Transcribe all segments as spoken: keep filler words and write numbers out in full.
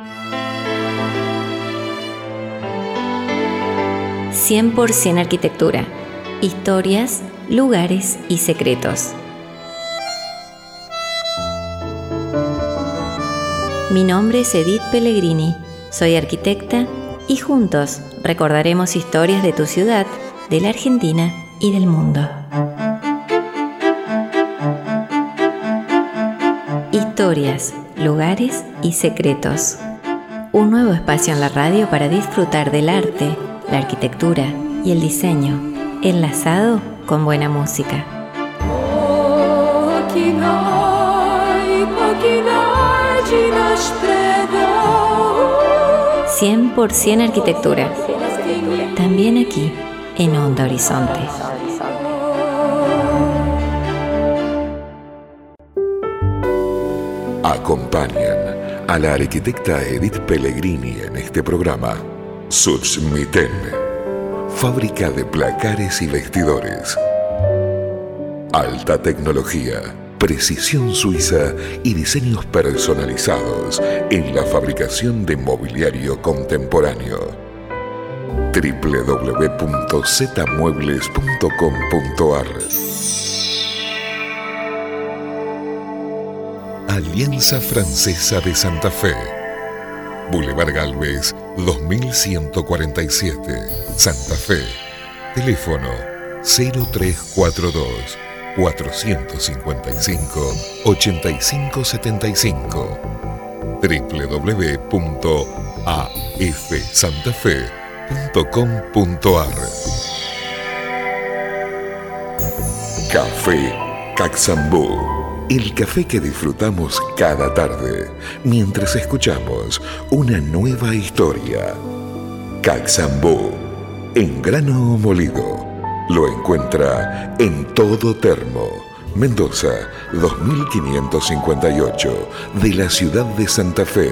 cien por ciento Arquitectura. Historias, lugares y secretos. Mi nombre es Edith Pellegrini, soy arquitecta y juntos recordaremos historias de tu ciudad, de la Argentina y del mundo. Historias, lugares y secretos. Un nuevo espacio en la radio para disfrutar del arte, la arquitectura y el diseño, enlazado con buena música. cien por ciento Arquitectura, también aquí en Onda Horizonte. Acompañan a la arquitecta Edith Pellegrini en este programa. Sutsmiten, fábrica de placares y vestidores. Alta tecnología, precisión suiza y diseños personalizados en la fabricación de mobiliario contemporáneo. doble u doble u doble u punto z muebles punto com punto a r. Alianza Francesa de Santa Fe. Boulevard Galvez dos mil ciento cuarenta y siete, Santa Fe. Teléfono cero tres cuatro dos, cuatro cinco cinco, ocho cinco siete cinco. doble u doble u doble u punto a f santa fe punto com punto a r. Café Caxambú. El café que disfrutamos cada tarde mientras escuchamos una nueva historia. Caxambú, en grano molido. Lo encuentra en Todo Termo, Mendoza, dos mil quinientos cincuenta y ocho, de la ciudad de Santa Fe.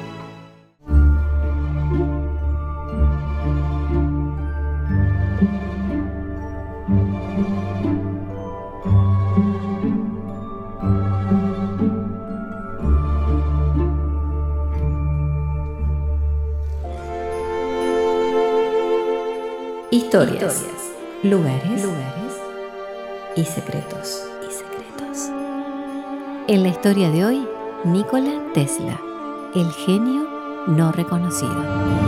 Historias, lugares, lugares y secretos, y secretos. En la historia de hoy, Nikola Tesla, el genio no reconocido.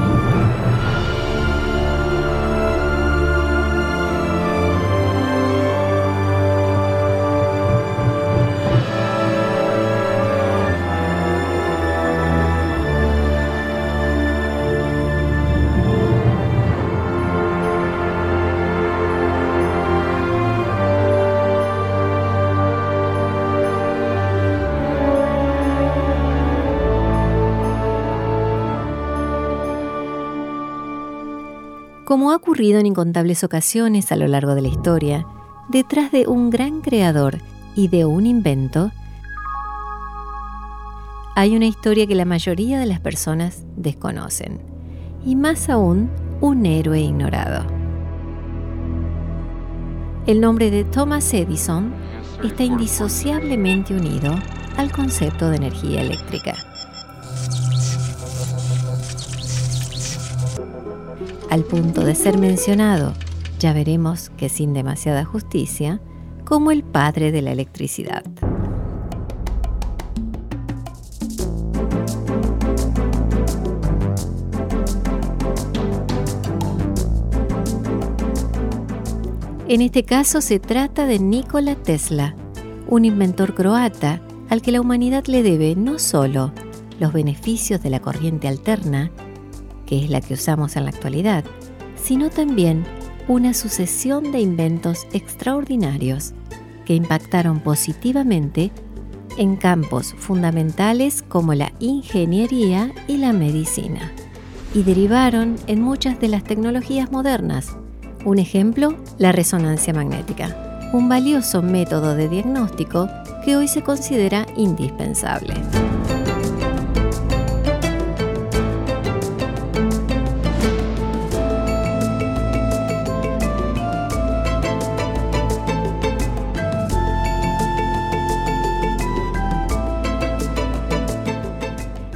Como ha ocurrido en incontables ocasiones a lo largo de la historia, detrás de un gran creador y de un invento, hay una historia que la mayoría de las personas desconocen, y más aún, un héroe ignorado. El nombre de Thomas Edison está indisociablemente unido al concepto de energía eléctrica. Al punto de ser mencionado, ya veremos que sin demasiada justicia, como el padre de la electricidad. En este caso se trata de Nikola Tesla, un inventor croata al que la humanidad le debe no solo los beneficios de la corriente alterna, que es la que usamos en la actualidad, sino también una sucesión de inventos extraordinarios que impactaron positivamente en campos fundamentales como la ingeniería y la medicina, y derivaron en muchas de las tecnologías modernas. Un ejemplo, la resonancia magnética, un valioso método de diagnóstico que hoy se considera indispensable.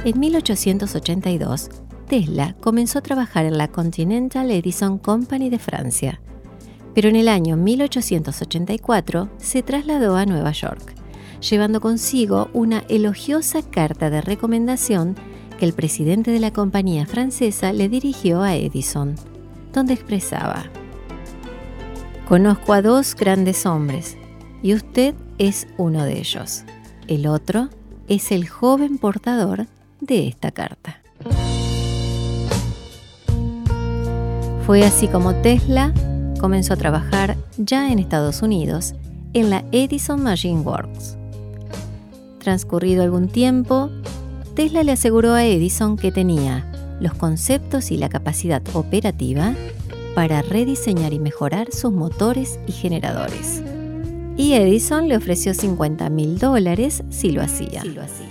En mil ochocientos ochenta y dos, Tesla comenzó a trabajar en la Continental Edison Company de Francia, pero en el año mil ochocientos ochenta y cuatro se trasladó a Nueva York, llevando consigo una elogiosa carta de recomendación que el presidente de la compañía francesa le dirigió a Edison, donde expresaba: «Conozco a dos grandes hombres, y usted es uno de ellos. El otro es el joven portador de esta carta». Fue así como Tesla comenzó a trabajar ya en Estados Unidos en la Edison Machine Works. Transcurrido algún tiempo, Tesla le aseguró a Edison que tenía los conceptos y la capacidad operativa para rediseñar y mejorar sus motores y generadores. Y Edison le ofreció cincuenta mil dólares si lo hacía. Si lo hacía.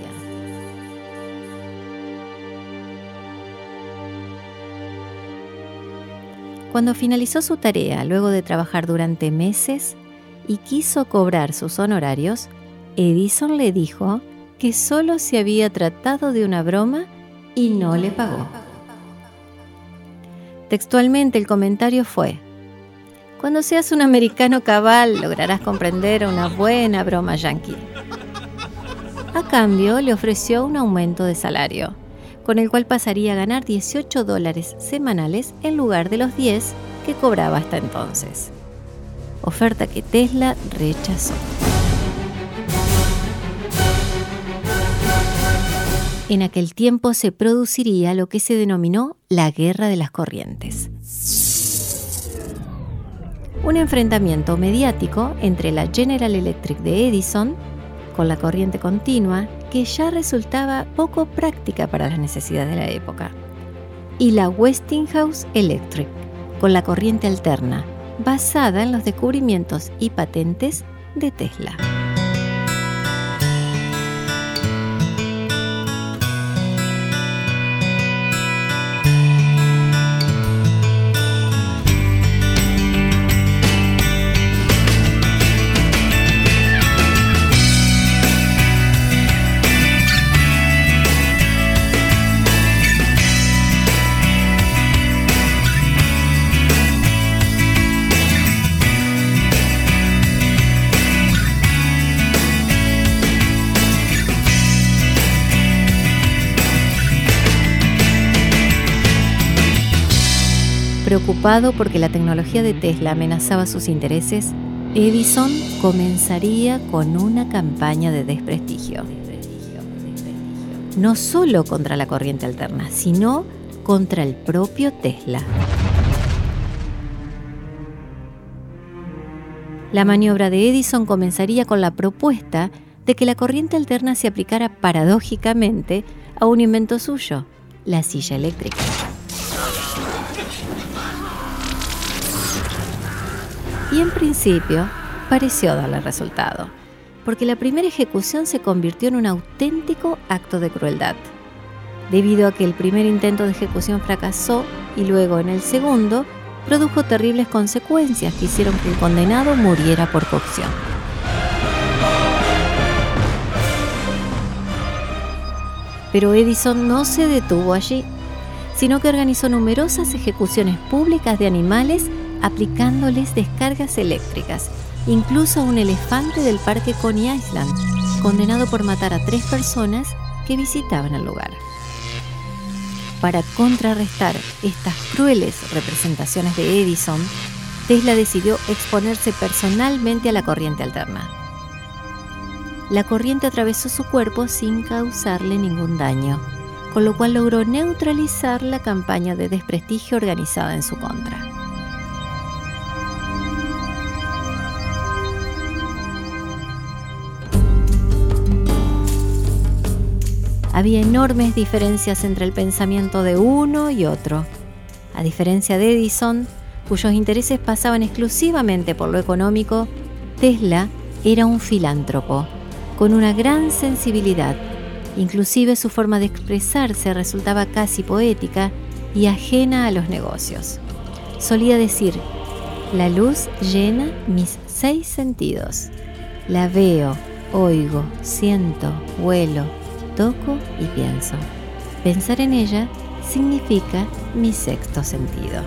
Cuando finalizó su tarea, luego de trabajar durante meses y quiso cobrar sus honorarios, Edison le dijo que solo se había tratado de una broma y no le pagó. Textualmente el comentario fue: «Cuando seas un americano cabal, lograrás comprender una buena broma yanqui». A cambio, le ofreció un aumento de salario, con el cual pasaría a ganar dieciocho dólares semanales en lugar de los diez que cobraba hasta entonces. Oferta que Tesla rechazó. En aquel tiempo se produciría lo que se denominó la Guerra de las Corrientes. Un enfrentamiento mediático entre la General Electric de Edison, con la corriente continua, que ya resultaba poco práctica para las necesidades de la época, y la Westinghouse Electric, con la corriente alterna, basada en los descubrimientos y patentes de Tesla. Preocupado porque la tecnología de Tesla amenazaba sus intereses, Edison comenzaría con una campaña de desprestigio. No solo contra la corriente alterna, sino contra el propio Tesla. La maniobra de Edison comenzaría con la propuesta de que la corriente alterna se aplicara paradójicamente a un invento suyo, la silla eléctrica. Y en principio pareció darle resultado, porque la primera ejecución se convirtió en un auténtico acto de crueldad, debido a que el primer intento de ejecución fracasó y luego en el segundo produjo terribles consecuencias que hicieron que el condenado muriera por cocción. Pero Edison no se detuvo allí, sino que organizó numerosas ejecuciones públicas de animales aplicándoles descargas eléctricas, incluso a un elefante del parque Coney Island, condenado por matar a tres personas que visitaban el lugar. Para contrarrestar estas crueles representaciones de Edison, Tesla decidió exponerse personalmente a la corriente alterna. La corriente atravesó su cuerpo sin causarle ningún daño, con lo cual logró neutralizar la campaña de desprestigio organizada en su contra. Había enormes diferencias entre el pensamiento de uno y otro. A diferencia de Edison, cuyos intereses pasaban exclusivamente por lo económico, Tesla era un filántropo, con una gran sensibilidad. Inclusive su forma de expresarse resultaba casi poética y ajena a los negocios. Solía decir: «La luz llena mis seis sentidos. La veo, oigo, siento, huelo, toco y pienso». Pensar en ella significa mi sexto sentido.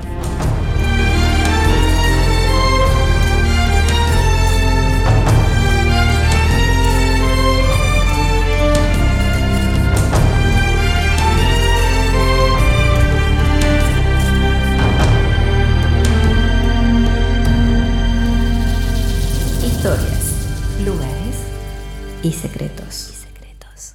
Historias, lugares y secretos. Y secretos.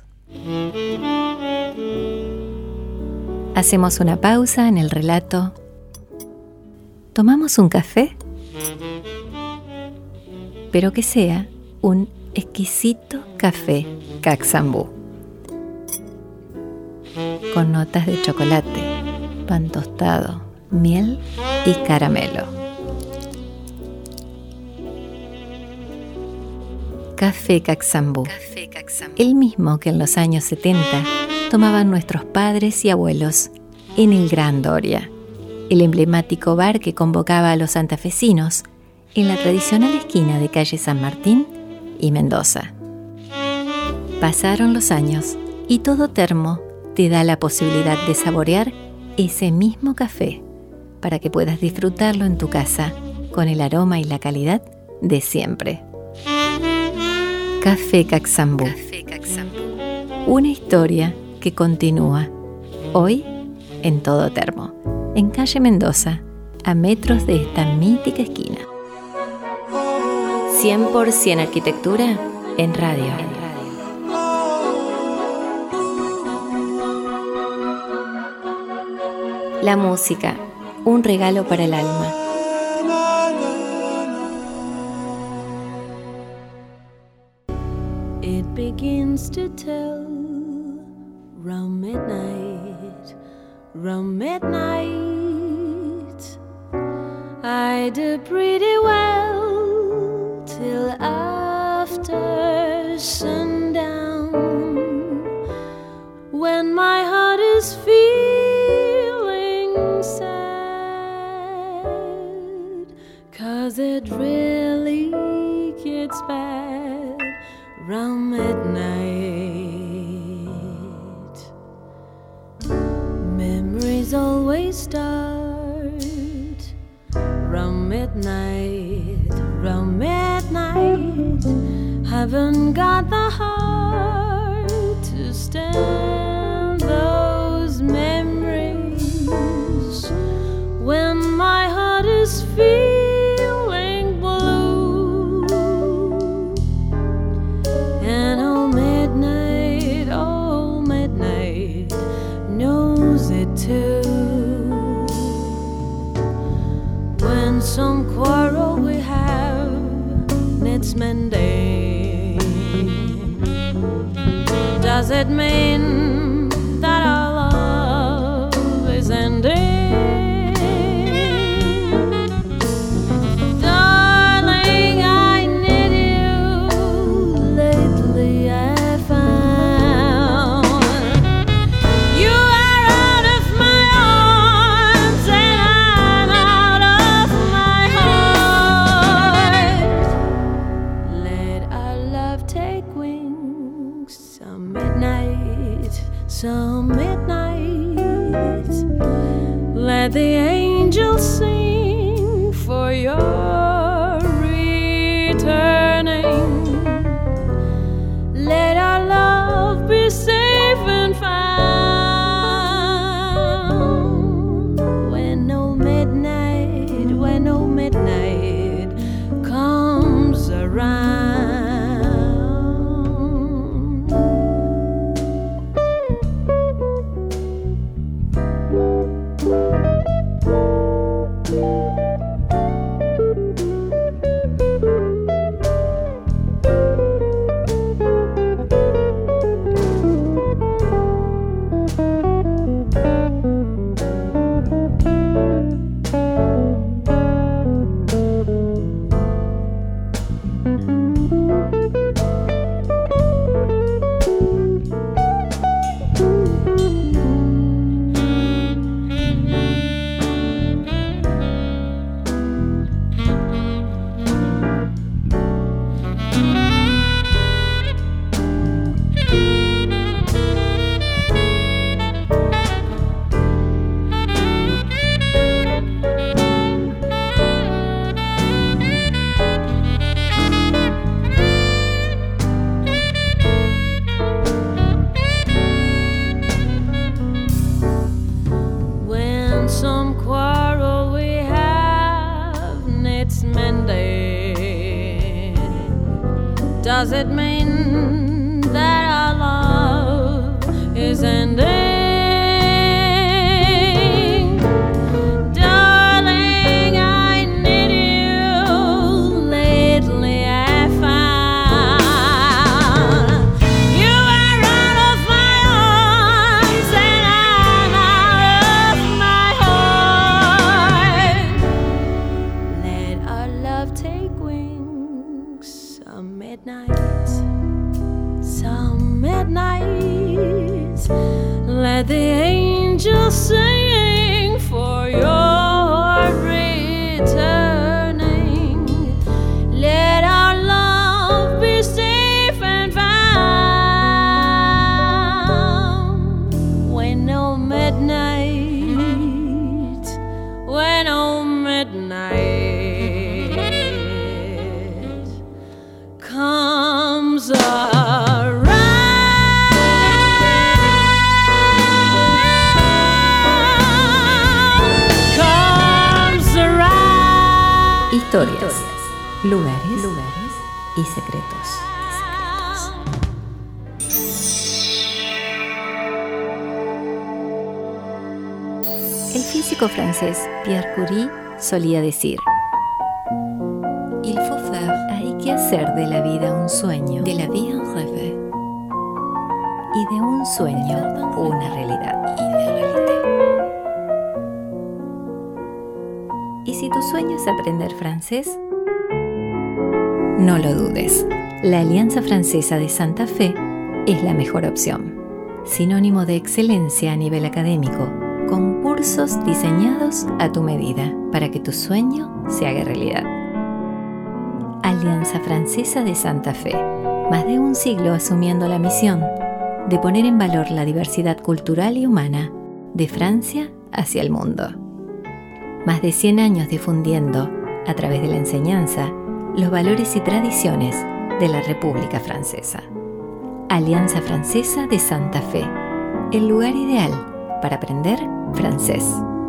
Hacemos una pausa en el relato. ¿Tomamos un café? Pero que sea un exquisito café Caxambú, con notas de chocolate, pan tostado, miel y caramelo. Café Caxambú, el mismo que en los años setenta tomaban nuestros padres y abuelos en el Gran Doria, el emblemático bar que convocaba a los santafesinos en la tradicional esquina de calle San Martín y Mendoza. Pasaron los años y Todo Termo te da la posibilidad de saborear ese mismo café para que puedas disfrutarlo en tu casa con el aroma y la calidad de siempre. Café Caxambú. Café Caxambú. Una historia que continúa hoy en Todo Termo, en calle Mendoza, a metros de esta mítica esquina. cien por ciento arquitectura en radio. La música, un regalo para el alma. It begins to tell round midnight, round midnight. I did pretty well till after sundown, when my heart is feeling sad, 'cause it really gets bad round midnight. Memories always start round midnight, round midnight. Haven't got the heart to stand those memories when my heart is feeling blue. And oh midnight, oh midnight knows it too. When some quarrel we have needs mending, does it mean that our love is ending? Darling, I need you. Lately I found you are out of my arms and I'm out of my heart. Let our love take wings some midnight, some midnight. Let the angels sing for your returning. Let our love be safe and found when no midnight, when no midnight comes around. Does it mean that our love is ending? Darling, I need you. Lately I found you are out of my arms and I'm out of my heart. Let our love take wings some midnight, some midnight. Let the angels sing for your returning. Let our love be safe and found. When oh midnight, when oh midnight comes around. Historias, lugares, lugares y secretos. El físico francés Pierre Curie solía decir: Il faut faire, hay que hacer de la vida un sueño, de la vie un rêve, y de un sueño una realidad. ¿Y si tu sueño es aprender francés? No lo dudes, la Alianza Francesa de Santa Fe es la mejor opción. Sinónimo de excelencia a nivel académico, con cursos diseñados a tu medida para que tu sueño se haga realidad. Alianza Francesa de Santa Fe, más de un siglo asumiendo la misión de poner en valor la diversidad cultural y humana de Francia hacia el mundo. Más de cien años difundiendo, a través de la enseñanza, los valores y tradiciones de la República Francesa. Alianza Francesa de Santa Fe, el lugar ideal para aprender francés.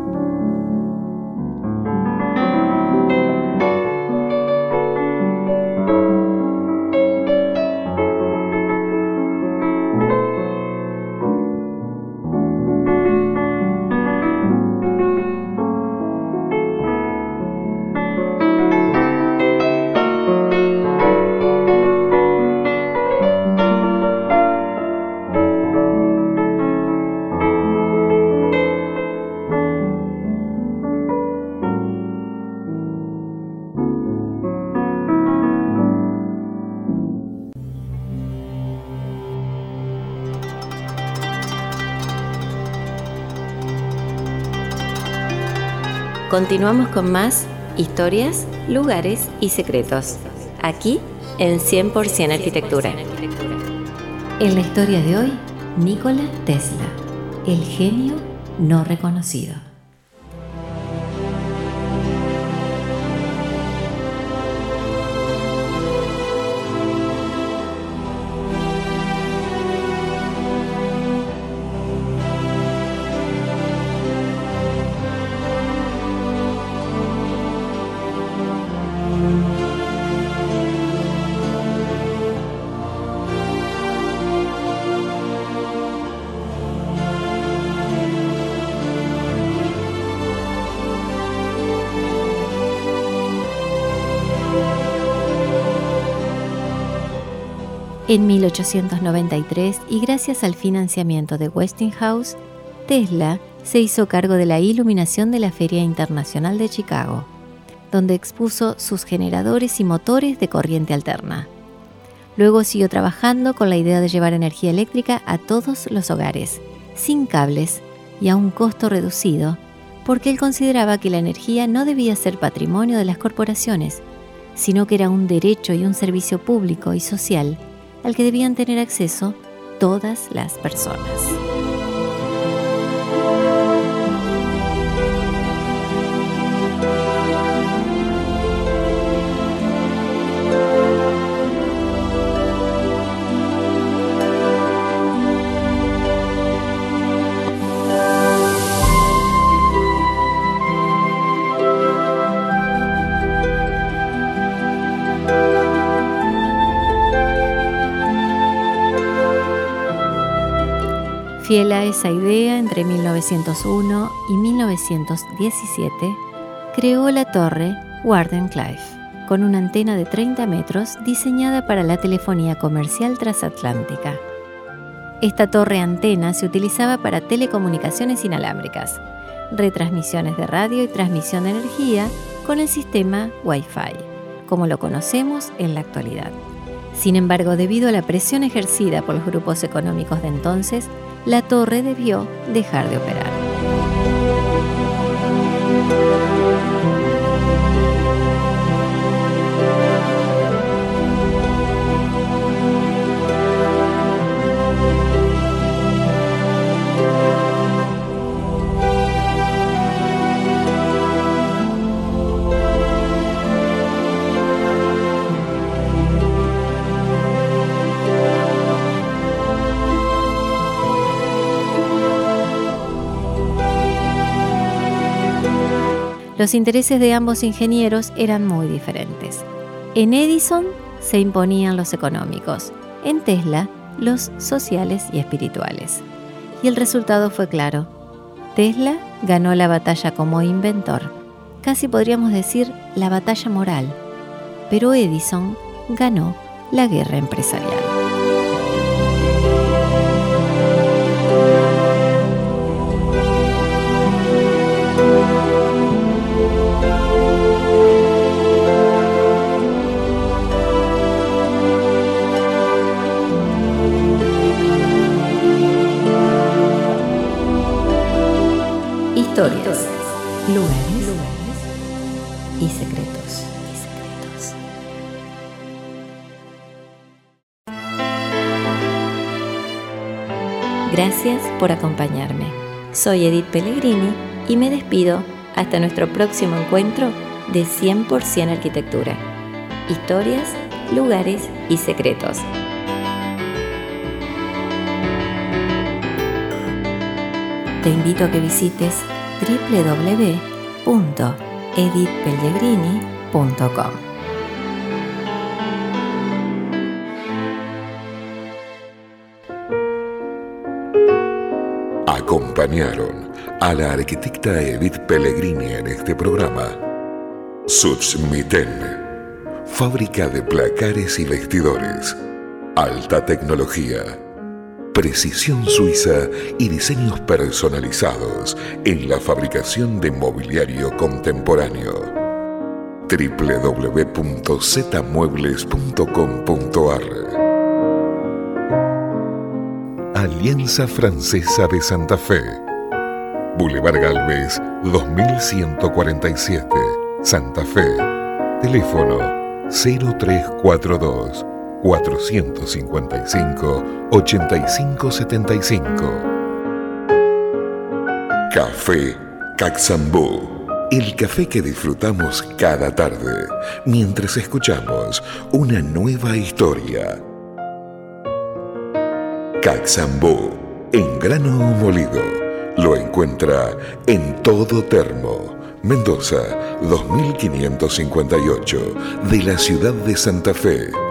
Continuamos con más historias, lugares y secretos, aquí en cien por ciento Arquitectura. En la historia de hoy, Nikola Tesla, el genio no reconocido. En mil ochocientos noventa y tres, y gracias al financiamiento de Westinghouse, Tesla se hizo cargo de la iluminación de la Feria Internacional de Chicago, donde expuso sus generadores y motores de corriente alterna. Luego siguió trabajando con la idea de llevar energía eléctrica a todos los hogares, sin cables y a un costo reducido, porque él consideraba que la energía no debía ser patrimonio de las corporaciones, sino que era un derecho y un servicio público y social al que debían tener acceso todas las personas. Fiel a esa idea, entre mil novecientos uno y mil novecientos diecisiete, creó la torre Wardenclyffe, con una antena de treinta metros diseñada para la telefonía comercial transatlántica. Esta torre antena se utilizaba para telecomunicaciones inalámbricas, retransmisiones de radio y transmisión de energía con el sistema Wi-Fi, como lo conocemos en la actualidad. Sin embargo, debido a la presión ejercida por los grupos económicos de entonces, la torre debió dejar de operar. Los intereses de ambos ingenieros eran muy diferentes. En Edison se imponían los económicos, en Tesla los sociales y espirituales. Y el resultado fue claro. Tesla ganó la batalla como inventor, casi podríamos decir la batalla moral, pero Edison ganó la guerra empresarial. Historias, lugares, lugares y secretos, y secretos. Gracias por acompañarme. Soy Edith Pellegrini y me despido hasta nuestro próximo encuentro de cien por ciento Arquitectura. Historias, lugares y secretos. Te invito a que visites doble u doble u doble u punto edith pellegrini punto com. Acompañaron a la arquitecta Edith Pellegrini en este programa. Sutsmiten, fábrica de placares y vestidores, alta tecnología, precisión suiza y diseños personalizados en la fabricación de mobiliario contemporáneo. doble u doble u doble u punto z muebles punto com punto a r. Alianza Francesa de Santa Fe, Boulevard Galvez dos mil ciento cuarenta y siete, Santa Fe. Teléfono cero tres cuatro dos, cuatro cinco cinco, ocho cinco siete cinco. Café Caxambú, el café que disfrutamos cada tarde mientras escuchamos una nueva historia. Caxambú, en grano molido, lo encuentra en Todo Termo, Mendoza dos mil quinientos cincuenta y ocho, de la ciudad de Santa Fe.